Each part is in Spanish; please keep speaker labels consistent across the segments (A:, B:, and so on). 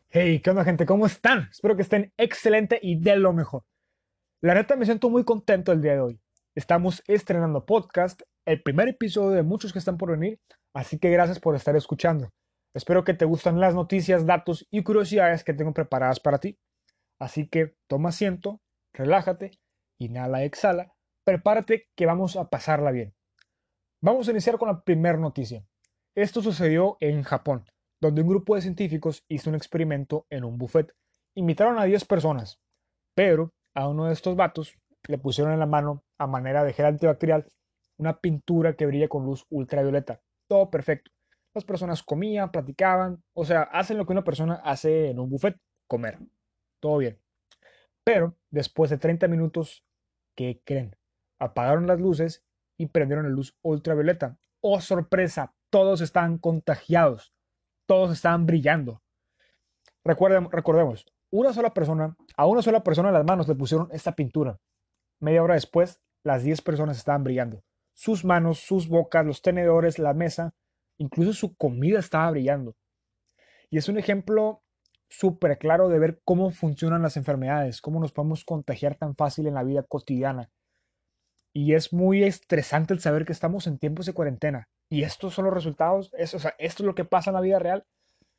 A: Hey, ¿qué onda, gente? ¿Cómo están? Espero que estén excelente y de lo mejor. La neta me siento muy contento el día de hoy. Estamos estrenando podcast, el primer episodio de muchos que están por venir, así que gracias por estar escuchando. Espero que te gustan las noticias, datos y curiosidades que tengo preparadas para ti. Así que toma asiento, relájate, inhala, exhala, prepárate que vamos a pasarla bien. Vamos a iniciar con la primera noticia. Esto sucedió en Japón, donde un grupo de científicos hizo un experimento en un buffet. Invitaron a 10 personas, pero a uno de estos vatos le pusieron en la mano, a manera de gel antibacterial, una pintura que brilla con luz ultravioleta. Todo perfecto. Las personas comían, platicaban, o sea, hacen lo que una persona hace en un buffet, comer. Todo bien. Pero después de 30 minutos, ¿qué creen? Apagaron las luces y prendieron la luz ultravioleta. ¡Oh, sorpresa! Todos estaban contagiados. Todos estaban brillando. Recordemos, a una sola persona en las manos le pusieron esta pintura. Media hora después, las 10 personas estaban brillando. Sus manos, sus bocas, los tenedores, la mesa, incluso su comida estaba brillando. Y es un ejemplo súper claro de ver cómo funcionan las enfermedades, cómo nos podemos contagiar tan fácil en la vida cotidiana. Y es muy estresante el saber que estamos en tiempos de cuarentena. Y estos son los resultados, o sea, esto es lo que pasa en la vida real.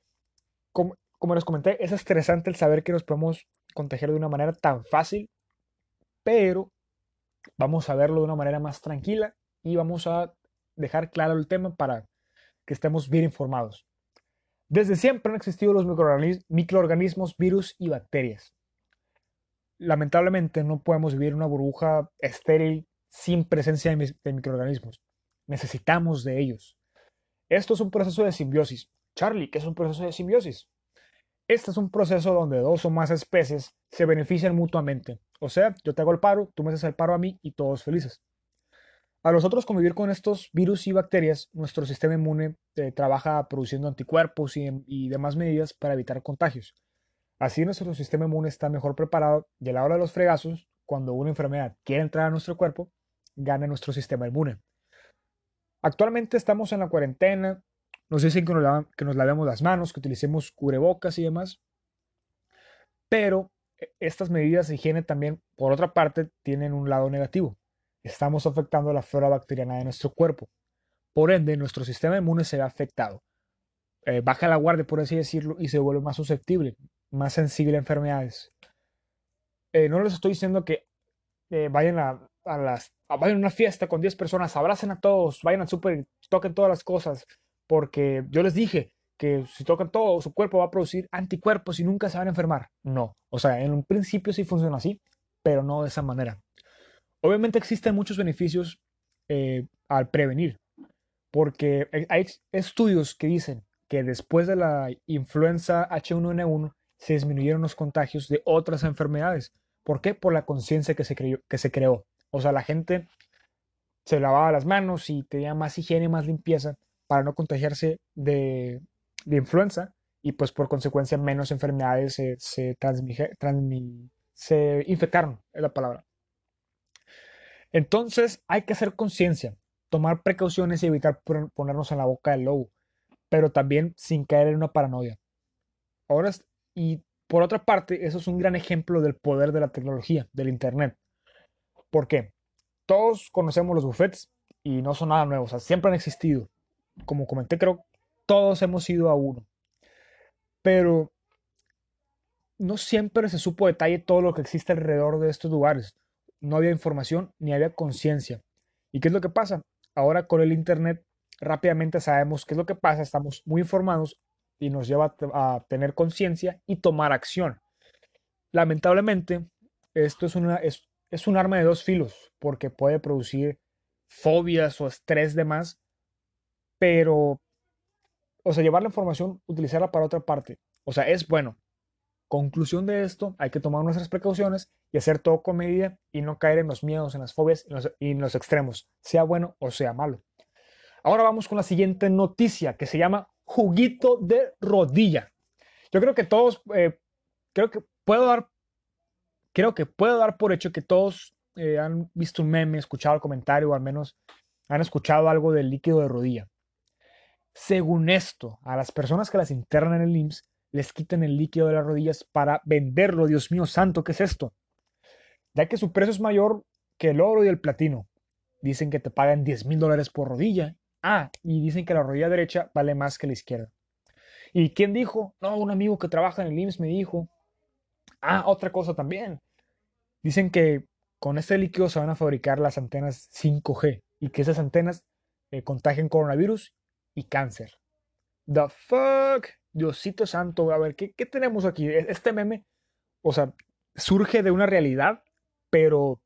A: Como les comenté, es estresante el saber que nos podemos contagiar de una manera tan fácil, pero vamos a verlo de una manera más tranquila y vamos a dejar claro el tema para que estemos bien informados. Desde siempre han existido los microorganismos, virus y bacterias. Lamentablemente no podemos vivir en una burbuja estéril sin presencia de microorganismos. Necesitamos de ellos. Esto es un proceso de simbiosis. Charlie, ¿qué es un proceso de simbiosis? Este es un proceso donde dos o más especies se benefician mutuamente. O sea, yo te hago el paro, tú me haces el paro a mí y todos felices. A nosotros convivir con estos virus y bacterias, nuestro sistema inmune trabaja produciendo anticuerpos y demás medidas para evitar contagios. Así nuestro sistema inmune está mejor preparado y a la hora de los fregazos, cuando una enfermedad quiere entrar a nuestro cuerpo, gana nuestro sistema inmune. Actualmente estamos en la cuarentena, nos dicen que nos lavemos las manos, que utilicemos cubrebocas y demás, pero estas medidas de higiene también, por otra parte, tienen un lado negativo. Estamos afectando la flora bacteriana de nuestro cuerpo. Por ende, nuestro sistema inmune se ve afectado. Baja la guardia, por así decirlo, y se vuelve más susceptible, más sensible a enfermedades. No les estoy diciendo que vayan vayan a una fiesta con 10 personas, abracen a todos, vayan al súper y toquen todas las cosas, porque yo les dije que si tocan todo, su cuerpo va a producir anticuerpos y nunca se van a enfermar. No, o sea, en un principio sí funciona así, pero no de esa manera. Obviamente existen muchos beneficios al prevenir, porque hay estudios que dicen que después de la influenza H1N1 se disminuyeron los contagios de otras enfermedades. ¿Por qué? Por la conciencia que se creó. O sea, la gente se lavaba las manos y tenía más higiene, más limpieza para no contagiarse de influenza y pues por consecuencia menos enfermedades se infectaron, es la palabra. Entonces hay que hacer conciencia, tomar precauciones y evitar ponernos en la boca del lobo, pero también sin caer en una paranoia. Ahora, y por otra parte, eso es un gran ejemplo del poder de la tecnología, del Internet. ¿Por qué? Todos conocemos los buffets y no son nada nuevos, o sea, siempre han existido. Como comenté, creo, todos hemos ido a uno, pero no siempre se supo detalle todo lo que existe alrededor de estos lugares. No había información ni había conciencia. ¿Y qué es lo que pasa? Ahora con el Internet rápidamente sabemos qué es lo que pasa, estamos muy informados y nos lleva a tener conciencia y tomar acción. Lamentablemente, esto es un arma de dos filos porque puede producir fobias o estrés de más, pero, o sea, llevar la información, utilizarla para otra parte. O sea, es bueno. Conclusión de esto, hay que tomar nuestras precauciones y hacer todo con medida y no caer en los miedos, en las fobias y en los extremos, sea bueno o sea malo. Ahora vamos con la siguiente noticia que se llama juguito de rodilla. Yo creo que todos, creo que puedo dar, creo que puedo dar por hecho que todos han visto un meme, escuchado el comentario o al menos han escuchado algo del líquido de rodilla. Según esto, a las personas que las internan en el IMSS les quitan el líquido de las rodillas para venderlo. Dios mío santo, ¿qué es esto? Ya que su precio es mayor que el oro y el platino. Dicen que te pagan $10,000 por rodilla. Ah, y dicen que la rodilla derecha vale más que la izquierda. ¿Y quién dijo? No, un amigo que trabaja en el IMSS me dijo. Ah, otra cosa también. Dicen que con este líquido se van a fabricar las antenas 5G y que esas antenas contagien coronavirus y cáncer. The fuck, Diosito santo. A ver, ¿qué tenemos aquí? Este meme, o sea, surge de una realidad, pero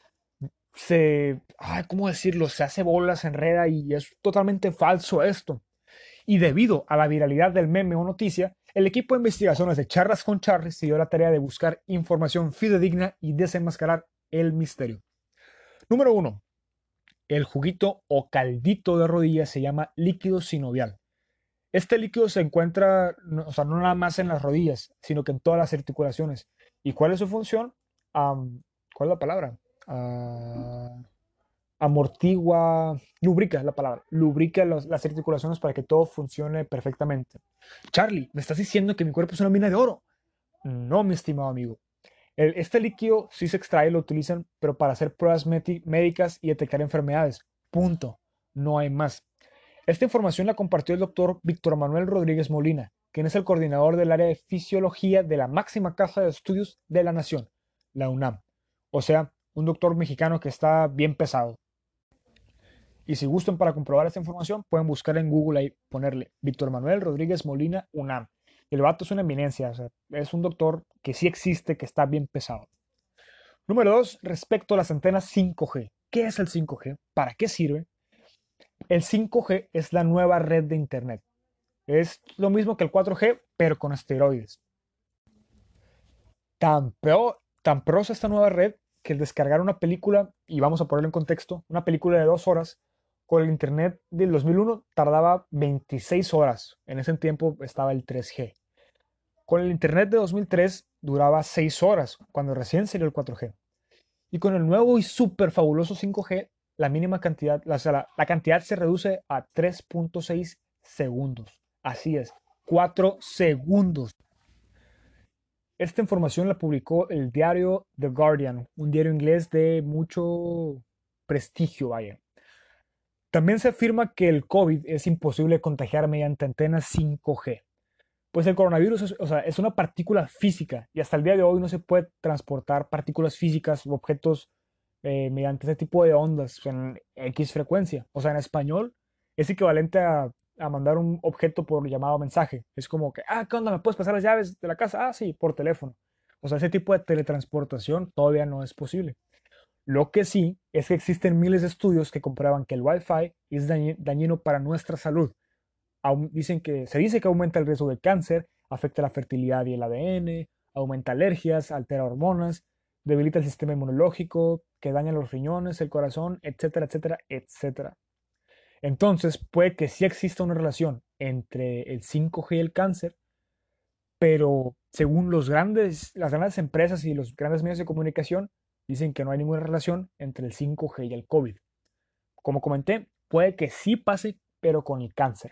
A: ¿cómo decirlo? Se hace bola, se enreda y es totalmente falso esto. Y debido a la viralidad del meme o noticia, el equipo de investigaciones de Charlas con Charlie se dio la tarea de buscar información fidedigna y desenmascarar el misterio. Número uno, el juguito o caldito de rodilla se llama líquido sinovial. Este líquido se encuentra, o sea, no nada más en las rodillas, sino que en todas las articulaciones. ¿Y cuál es su función? ¿Cuál es la palabra? Ah, amortigua, lubrica es la palabra, lubrica las articulaciones para que todo funcione perfectamente. Charlie, ¿me estás diciendo que mi cuerpo es una mina de oro? No, mi estimado amigo. Este líquido sí se extrae, lo utilizan, pero para hacer pruebas médicas y detectar enfermedades. Punto. No hay más. Esta información la compartió el doctor Víctor Manuel Rodríguez Molina, quien es el coordinador del área de fisiología de la máxima casa de estudios de la nación, la UNAM. O sea, un doctor mexicano que está bien pesado. Y si gustan para comprobar esta información, pueden buscar en Google ahí, ponerle Víctor Manuel Rodríguez Molina UNAM. El vato es una eminencia, o sea, es un doctor que sí existe, que está bien pesado. Número 2, respecto a las antenas 5G. ¿Qué es el 5G? ¿Para qué sirve? El 5G es la nueva red de Internet. Es lo mismo que el 4G, pero con esteroides. Tan pro es esta nueva red que el descargar una película, y vamos a ponerlo en contexto, una película de 2 horas, con el internet del 2001 tardaba 26 horas. En ese tiempo estaba el 3G. Con el internet de 2003 duraba 6 horas, cuando recién salió el 4G. Y con el nuevo y súper fabuloso 5G, la mínima cantidad, la cantidad se reduce a 3.6 segundos. Así es, 4 segundos. Esta información la publicó el diario The Guardian, un diario inglés de mucho prestigio, vaya. También se afirma que el COVID es imposible contagiar mediante antenas 5G, pues el coronavirus o sea, es una partícula física y hasta el día de hoy no se puede transportar partículas físicas u objetos mediante ese tipo de ondas en X frecuencia. O sea, en español es equivalente a mandar un objeto por llamado mensaje. Es como que, ¿qué onda? ¿Me puedes pasar las llaves de la casa? Ah, sí, por teléfono. O sea, ese tipo de teletransportación todavía no es posible. Lo que sí es que existen miles de estudios que comprueban que el Wi-Fi es dañino para nuestra salud. Se dice que aumenta el riesgo de cáncer, afecta la fertilidad y el ADN, aumenta alergias, altera hormonas, debilita el sistema inmunológico, que daña los riñones, el corazón, etcétera, etcétera, etcétera. Entonces, puede que sí exista una relación entre el 5G y el cáncer, pero según las grandes empresas y los grandes medios de comunicación, dicen que no hay ninguna relación entre el 5G y el COVID. Como comenté, puede que sí pase, pero con el cáncer.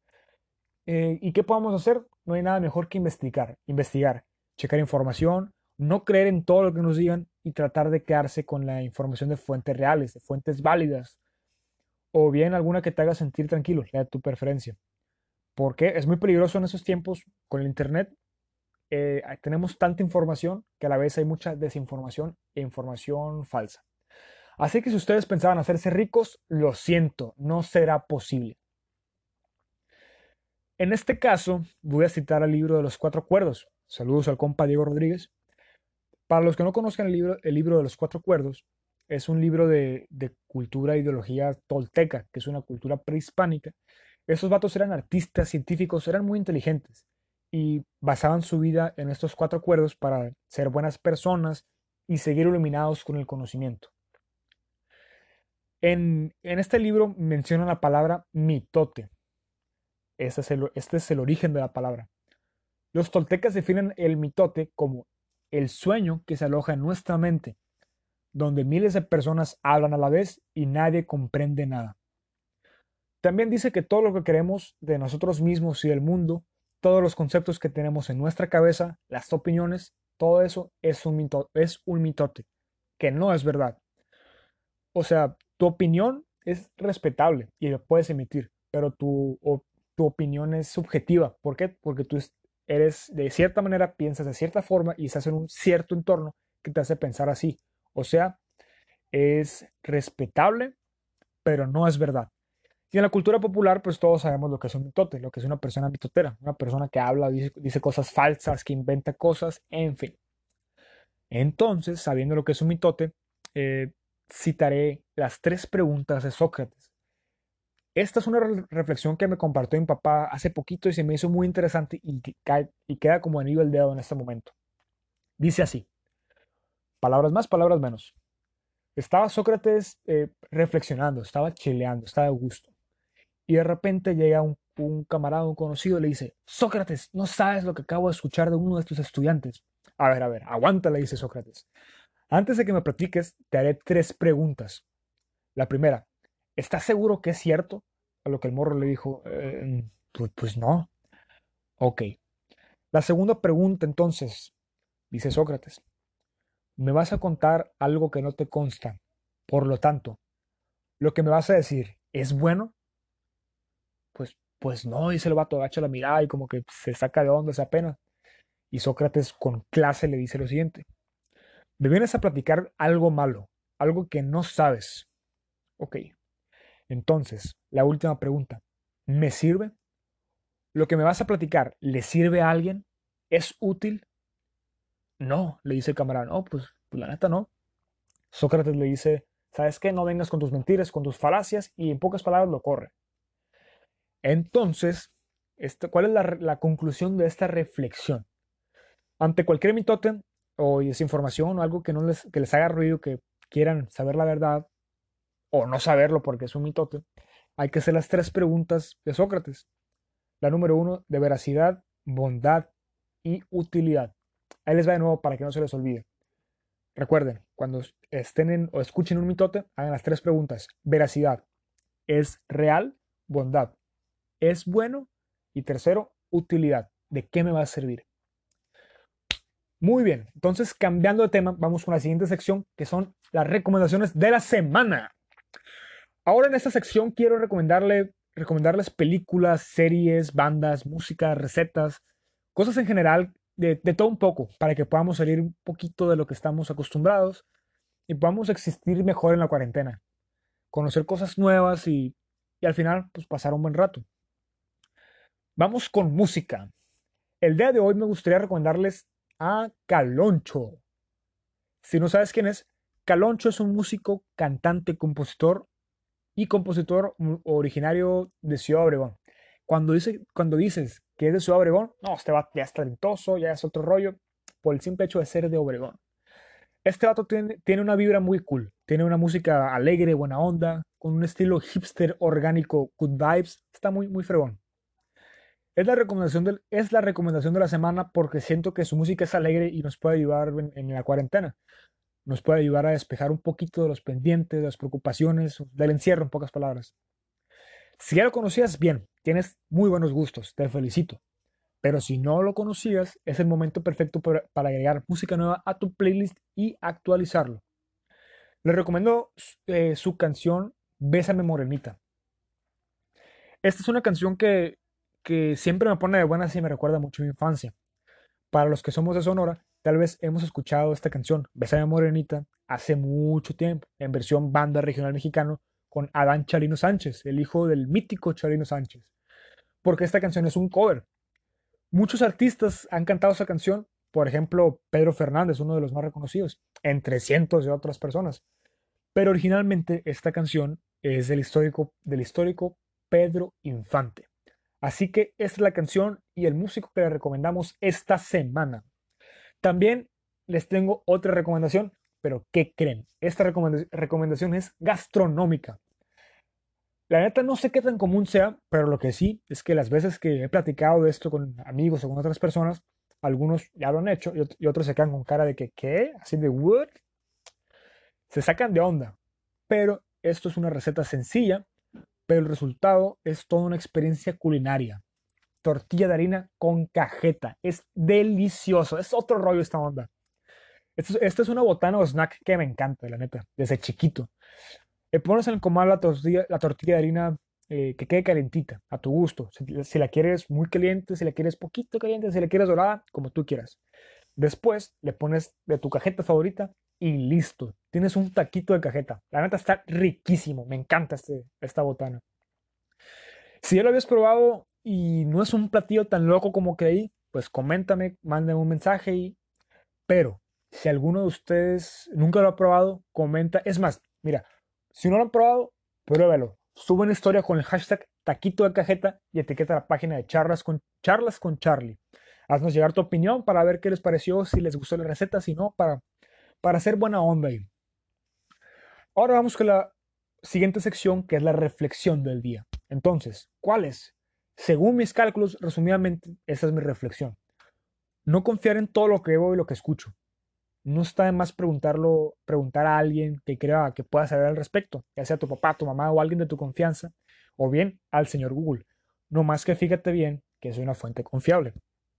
A: ¿Y qué podemos hacer? No hay nada mejor que investigar, checar información, no creer en todo lo que nos digan y tratar de quedarse con la información de fuentes reales, de fuentes válidas, o bien alguna que te haga sentir tranquilo, la de tu preferencia. Porque es muy peligroso en esos tiempos con el Internet. Tenemos tanta información que a la vez hay mucha desinformación e información falsa. Así que si ustedes pensaban hacerse ricos, lo siento, no será posible. En este caso, voy a citar el libro de los cuatro cuerdos. Saludos al compa Diego Rodríguez. Para los que no conozcan el libro de los cuatro cuerdos, es un libro de cultura e ideología tolteca, que es una cultura prehispánica. Esos vatos eran artistas, científicos, eran muy inteligentes y basaban su vida en estos cuatro cuerdos para ser buenas personas y seguir iluminados con el conocimiento. En este libro menciona la palabra mitote. Este es el origen de la palabra. Los toltecas definen el mitote como el sueño que se aloja en nuestra mente, donde miles de personas hablan a la vez y nadie comprende nada. También dice que todo lo que queremos de nosotros mismos y del mundo todos los conceptos que tenemos en nuestra cabeza, las opiniones, todo eso es un mitote, que no es verdad. O sea, tu opinión es respetable y lo puedes emitir, pero tu opinión es subjetiva. ¿Por qué? Porque eres de cierta manera, piensas de cierta forma y estás en un cierto entorno que te hace pensar así. O sea, es respetable, pero no es verdad. Y en la cultura popular, pues todos sabemos lo que es un mitote, lo que es una persona mitotera, una persona que habla, dice cosas falsas, que inventa cosas, en fin. Entonces, sabiendo lo que es un mitote, eh, citaré las tres preguntas de Sócrates. Esta es una reflexión que me compartió mi papá hace poquito y se me hizo muy interesante y queda como anillo al dedo en este momento. Dice así, palabras más, palabras menos. Estaba Sócrates reflexionando, estaba chileando, estaba a gusto. Y de repente llega un camarada, un conocido, y le dice, Sócrates, no sabes lo que acabo de escuchar de uno de tus estudiantes. A ver, aguanta, le dice Sócrates. Antes de que me platiques, te haré tres preguntas. La primera, ¿estás seguro que es cierto? A lo que el morro le dijo, pues no. Ok. La segunda pregunta entonces, dice Sócrates, me vas a contar algo que no te consta. Por lo tanto, lo que me vas a decir, ¿es bueno? Pues no, dice el vato, agacha la mirada y como que se saca de onda esa pena. Y Sócrates con clase le dice lo siguiente, me vienes a platicar algo malo, algo que no sabes. Ok, entonces, la última pregunta, ¿me sirve? ¿Lo que me vas a platicar le sirve a alguien? ¿Es útil? No, le dice el camarada, no, pues la neta no. Sócrates le dice, ¿sabes qué? No vengas con tus mentiras, con tus falacias y en pocas palabras lo corre. Entonces, ¿cuál es la conclusión de esta reflexión? Ante cualquier mitote o desinformación o algo que les haga ruido, que quieran saber la verdad o no saberlo porque es un mitote, hay que hacer las tres preguntas de Sócrates. La número uno, de veracidad, bondad y utilidad. Ahí les va de nuevo para que no se les olvide. Recuerden, cuando o escuchen un mitote, hagan las tres preguntas. Veracidad, ¿es real? Bondad, ¿es bueno? Y tercero, utilidad, ¿de qué me va a servir? Muy bien, entonces cambiando de tema, vamos con la siguiente sección que son las recomendaciones de la semana. Ahora en esta sección quiero recomendarles películas, series, bandas, música, recetas, cosas en general, de todo un poco, para que podamos salir un poquito de lo que estamos acostumbrados y podamos existir mejor en la cuarentena, conocer cosas nuevas y al final pues pasar un buen rato. Vamos con música. El día de hoy me gustaría recomendarles a Caloncho. Si no sabes quién es, Caloncho es un músico, cantante, compositor y compositor originario de Ciudad Obregón. Cuando dices que es de Ciudad Obregón, no, este vato ya es talentoso, ya es otro rollo, por el simple hecho de ser de Obregón. Este vato tiene una vibra muy cool, tiene una música alegre, buena onda, con un estilo hipster orgánico, good vibes, está muy, muy fregón. Es la recomendación de la semana porque siento que su música es alegre y nos puede ayudar en la cuarentena. Nos puede ayudar a despejar un poquito de los pendientes, de las preocupaciones, del encierro, en pocas palabras. Si ya lo conocías, bien, tienes muy buenos gustos, te felicito. Pero si no lo conocías, es el momento perfecto para agregar música nueva a tu playlist y actualizarlo. Les recomiendo su canción Bésame Morenita. Esta es una canción que siempre me pone de buenas y me recuerda mucho a mi infancia. Para los que somos de Sonora, tal vez hemos escuchado esta canción, Bésame Morenita, hace mucho tiempo, en versión banda regional mexicano, con Adán Chalino Sánchez, el hijo del mítico Chalino Sánchez. Porque esta canción es un cover. Muchos artistas han cantado esa canción, por ejemplo, Pedro Fernández, uno de los más reconocidos, entre cientos de otras personas. Pero originalmente esta canción es del histórico Pedro Infante. Así que esta es la canción y el músico que le recomendamos esta semana. También les tengo otra recomendación, pero ¿qué creen? Esta recomendación es gastronómica. La neta no sé qué tan común sea, pero lo que sí es que las veces que he platicado de esto con amigos o con otras personas, algunos ya lo han hecho y otros se quedan con cara de que, ¿qué? Así de, ¿what? Se sacan de onda. Pero esto es una receta sencilla, pero el resultado es toda una experiencia culinaria. tortilla de harina con cajeta. Es delicioso. Es otro rollo esta onda. Esta es una botana o snack que me encanta, la neta, desde chiquito. Le pones en el comal la tortilla de harina que quede calentita, a tu gusto. Si la quieres muy caliente, si la quieres poquito caliente, si la quieres dorada, como tú quieras. Después le pones de tu cajeta favorita y listo. Tienes un taquito de cajeta. La neta está riquísimo. Me encanta esta botana. Si ya lo habías probado y no es un platillo tan loco como creí, pues coméntame, mándame un mensaje pero si alguno de ustedes nunca lo ha probado, comenta. Es más, mira, si no lo han probado, pruébalo. Sube una historia con el hashtag taquito de cajeta y etiqueta la página de charlas con Charlie. Haznos llegar tu opinión para ver qué les pareció, si les gustó la receta, si no, para hacer buena onda ahí. Ahora vamos con la siguiente sección, que es la reflexión del día. Entonces, ¿cuál es? Según mis cálculos, resumidamente, esa es mi reflexión. No confiar en todo lo que veo y lo que escucho. No está de más preguntar a alguien que crea que pueda saber al respecto, ya sea tu papá, tu mamá o alguien de tu confianza, o bien al señor Google. No más que fíjate bien que es una fuente confiable.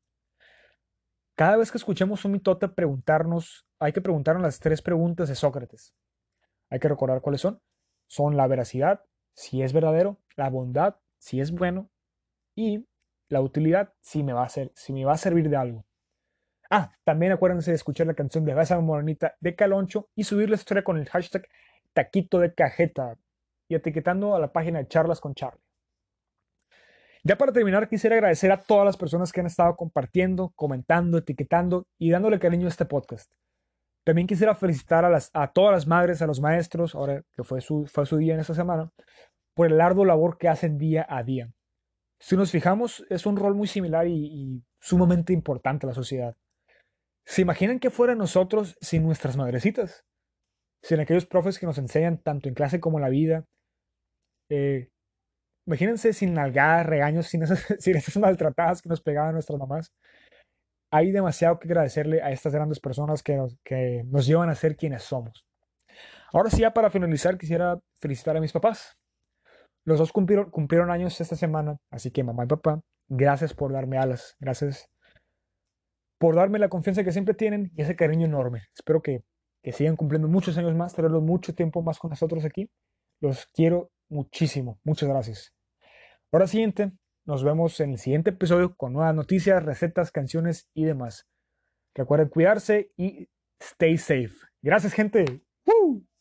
A: Cada vez que escuchemos un mitote preguntarnos, hay que preguntarnos las 3 preguntas de Sócrates. Hay que recordar cuáles son. Son la veracidad, si es verdadero, la bondad, si es bueno, y la utilidad, si me va a servir de algo. También acuérdense de escuchar la canción de Besa Morenita de Caloncho y subir la historia con el hashtag taquito de cajeta y etiquetando a la página de Charlas con Charlie. Ya para terminar, quisiera agradecer a todas las personas que han estado compartiendo, comentando, etiquetando y dándole cariño a este podcast. También quisiera felicitar a todas las madres, a los maestros, ahora que fue su día en esta semana, por el arduo labor que hacen día a día. Si nos fijamos, es un rol muy similar y sumamente importante a la sociedad. ¿Se imaginan que fuera nosotros sin nuestras madrecitas? Sin aquellos profes que nos enseñan tanto en clase como en la vida. Eh, Imagínense sin nalgadas, regaños, sin esas maltratadas que nos pegaban nuestras mamás. Hay demasiado que agradecerle a estas grandes personas que nos llevan a ser quienes somos. Ahora sí, ya para finalizar, quisiera felicitar a mis papás. Los dos cumplieron años esta semana, así que mamá y papá, gracias por darme alas, gracias por darme la confianza que siempre tienen y ese cariño enorme. Espero que sigan cumpliendo muchos años más, tenerlos mucho tiempo más con nosotros aquí. Los quiero muchísimo. Muchas gracias. Ahora siguiente, nos vemos en el siguiente episodio con nuevas noticias, recetas, canciones y demás. Recuerden cuidarse y stay safe. Gracias, gente. ¡Woo!